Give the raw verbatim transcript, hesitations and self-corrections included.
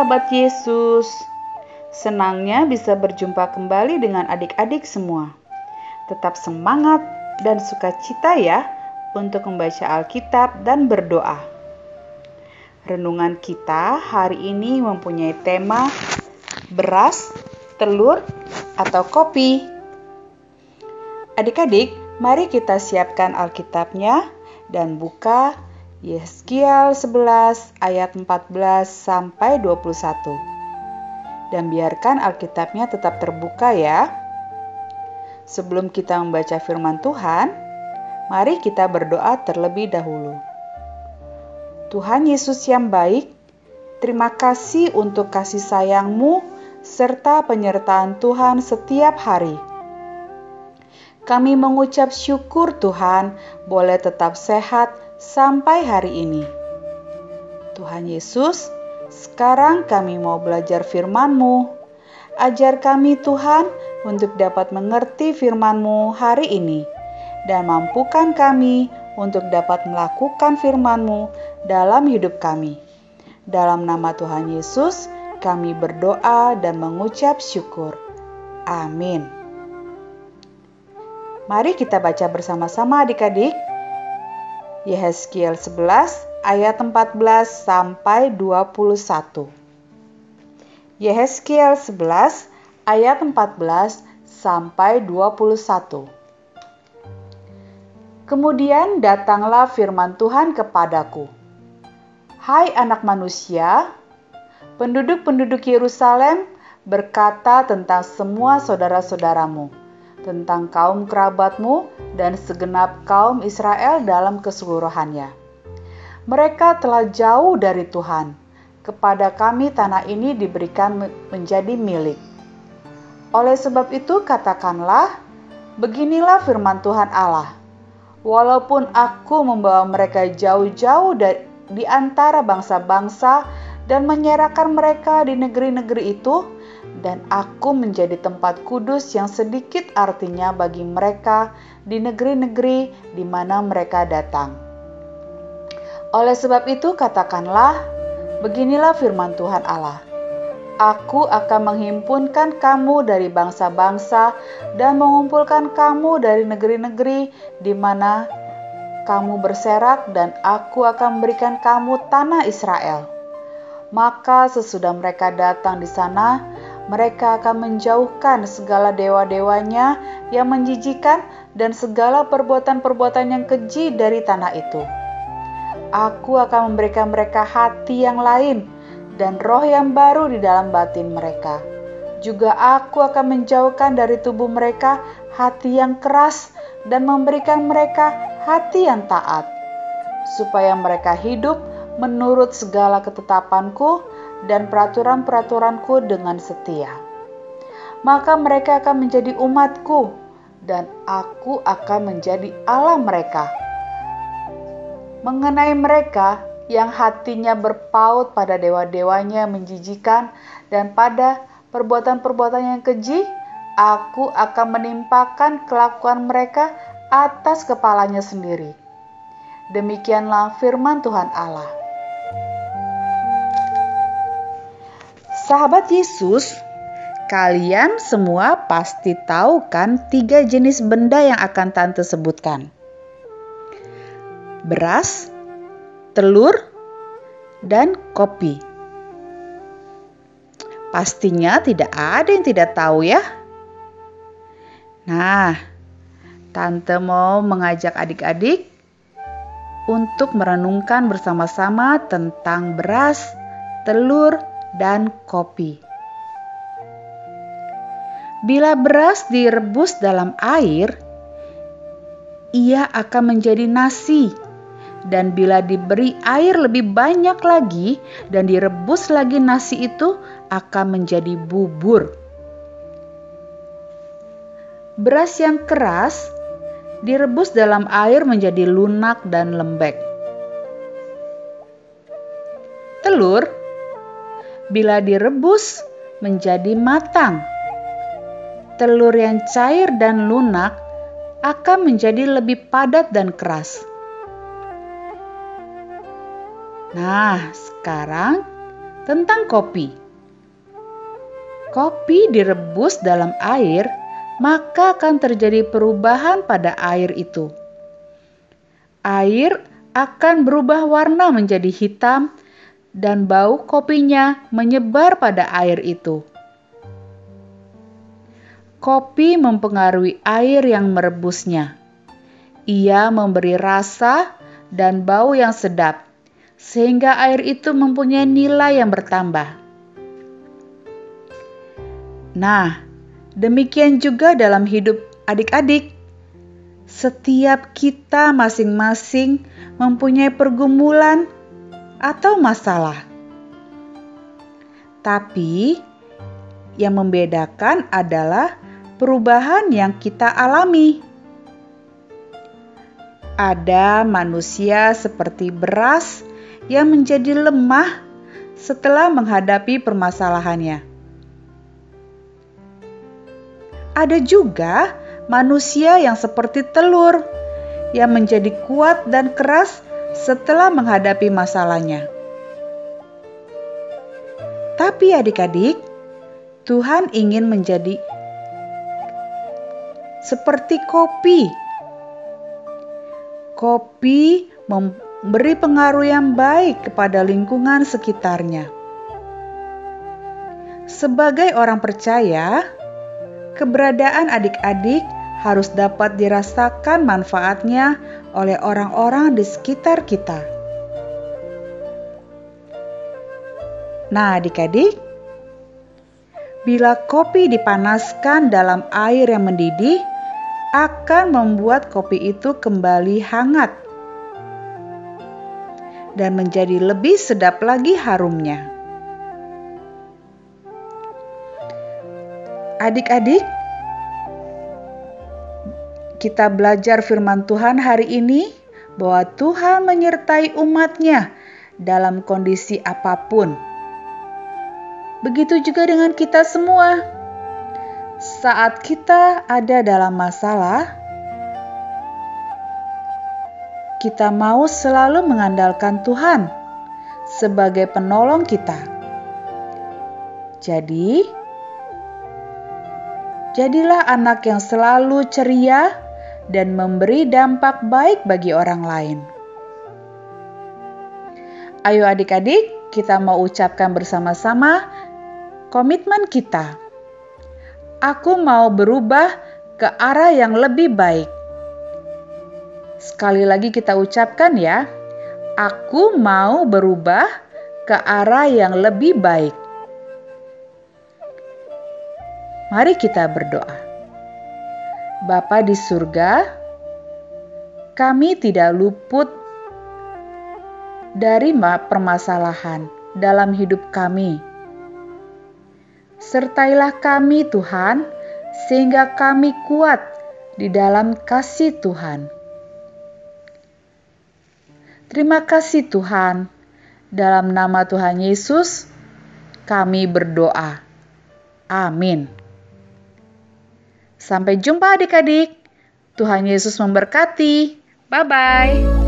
sahabat Yesus. Senangnya bisa berjumpa kembali dengan adik-adik semua. Tetap semangat dan sukacita ya untuk membaca Alkitab dan berdoa. Renungan kita hari ini mempunyai tema beras, telur, atau kopi. Adik-adik, mari kita siapkan Alkitabnya dan buka Yehezkiel sebelas ayat empat belas sampai dua puluh satu. Dan biarkan Alkitabnya tetap terbuka ya. Sebelum kita membaca firman Tuhan, mari kita berdoa terlebih dahulu. Tuhan Yesus yang baik, terima kasih untuk kasih sayang-Mu serta penyertaan Tuhan setiap hari. Kami mengucap syukur Tuhan boleh tetap sehat sampai hari ini. Tuhan Yesus, sekarang kami mau belajar firman-Mu. Ajar kami Tuhan untuk dapat mengerti firman-Mu hari ini. Dan mampukan kami untuk dapat melakukan firman-Mu dalam hidup kami. Dalam nama Tuhan Yesus, kami berdoa dan mengucap syukur. Amin. Mari kita baca bersama-sama adik-adik. Yehezkiel sebelas ayat empat belas sampai dua puluh satu. Yehezkiel sebelas ayat empat belas sampai dua puluh satu. Kemudian datanglah firman Tuhan kepadaku. Hai anak manusia, penduduk-penduduk Yerusalem berkata tentang semua saudara-saudaramu, tentang kaum kerabatmu dan segenap kaum Israel dalam keseluruhannya. Mereka telah jauh dari Tuhan. Kepada kami tanah ini diberikan menjadi milik. Oleh sebab itu katakanlah, beginilah firman Tuhan Allah. Walaupun aku membawa mereka jauh-jauh dari, di antara bangsa-bangsa dan menyerahkan mereka di negeri-negeri itu, dan aku menjadi tempat kudus yang sedikit artinya bagi mereka di negeri-negeri di mana mereka datang. Oleh sebab itu katakanlah, beginilah firman Tuhan Allah. Aku akan menghimpunkan kamu dari bangsa-bangsa dan mengumpulkan kamu dari negeri-negeri di mana kamu berserak, dan aku akan memberikan kamu tanah Israel. Maka sesudah mereka datang di sana, mereka akan menjauhkan segala dewa-dewanya yang menjijikan dan segala perbuatan-perbuatan yang keji dari tanah itu. Aku akan memberikan mereka hati yang lain dan roh yang baru di dalam batin mereka. Juga aku akan menjauhkan dari tubuh mereka hati yang keras dan memberikan mereka hati yang taat, supaya mereka hidup menurut segala ketetapanku dan peraturan-peraturanku dengan setia. Maka mereka akan menjadi umatku, dan aku akan menjadi Allah mereka. Mengenai mereka yang hatinya berpaut pada dewa-dewanya menjijikan dan pada perbuatan-perbuatan yang keji, aku akan menimpakan kelakuan mereka atas kepalanya sendiri. Demikianlah firman Tuhan Allah. Sahabat Yesus, kalian semua pasti tahu kan tiga jenis benda yang akan Tante sebutkan. Beras, telur, dan kopi. Pastinya tidak ada yang tidak tahu ya. Nah, Tante mau mengajak adik-adik untuk merenungkan bersama-sama tentang beras, telur, dan kopi. Bila beras direbus dalam air, ia akan menjadi nasi. Dan bila diberi air lebih banyak lagi dan direbus lagi, nasi itu akan menjadi bubur. Beras yang keras direbus dalam air menjadi lunak dan lembek. Telur bila direbus menjadi matang. Telur yang cair dan lunak akan menjadi lebih padat dan keras. Nah, sekarang tentang kopi. kopi direbus dalam air, maka akan terjadi perubahan pada air itu. Air akan berubah warna menjadi hitam dan bau kopinya menyebar pada air itu. Kopi mempengaruhi air yang merebusnya. Ia memberi rasa dan bau yang sedap, sehingga air itu mempunyai nilai yang bertambah. Nah, demikian juga dalam hidup adik-adik. Setiap kita masing-masing mempunyai pergumulan atau masalah. Tapi, yang membedakan adalah perubahan yang kita alami. Ada manusia seperti beras yang menjadi lemah setelah menghadapi permasalahannya. Ada juga manusia yang seperti telur yang menjadi kuat dan keras setelah menghadapi masalahnya. Tapi adik-adik, Tuhan ingin menjadi seperti kopi. Kopi memberi pengaruh yang baik kepada lingkungan sekitarnya. Sebagai orang percaya, keberadaan adik-adik harus dapat dirasakan manfaatnya oleh orang-orang di sekitar kita. Nah, adik-adik, bila kopi dipanaskan dalam air yang mendidih, akan membuat kopi itu kembali hangat dan menjadi lebih sedap lagi harumnya. Adik-adik, kita belajar firman Tuhan hari ini bahwa Tuhan menyertai umat-Nya dalam kondisi apapun. Begitu juga dengan kita semua. Saat kita ada dalam masalah, kita mau selalu mengandalkan Tuhan sebagai penolong kita. Jadi, jadilah anak yang selalu ceria dan memberi dampak baik bagi orang lain. Ayo adik-adik, kita mau ucapkan bersama-sama komitmen kita. Aku mau berubah ke arah yang lebih baik. Sekali lagi kita ucapkan ya. Aku mau berubah ke arah yang lebih baik. Mari kita berdoa. Bapa di surga, kami tidak luput dari permasalahan dalam hidup kami. Sertailah kami Tuhan, sehingga kami kuat di dalam kasih Tuhan. Terima kasih Tuhan. Dalam nama Tuhan Yesus, kami berdoa. Amin. Sampai jumpa adik-adik. Tuhan Yesus memberkati. Bye-bye.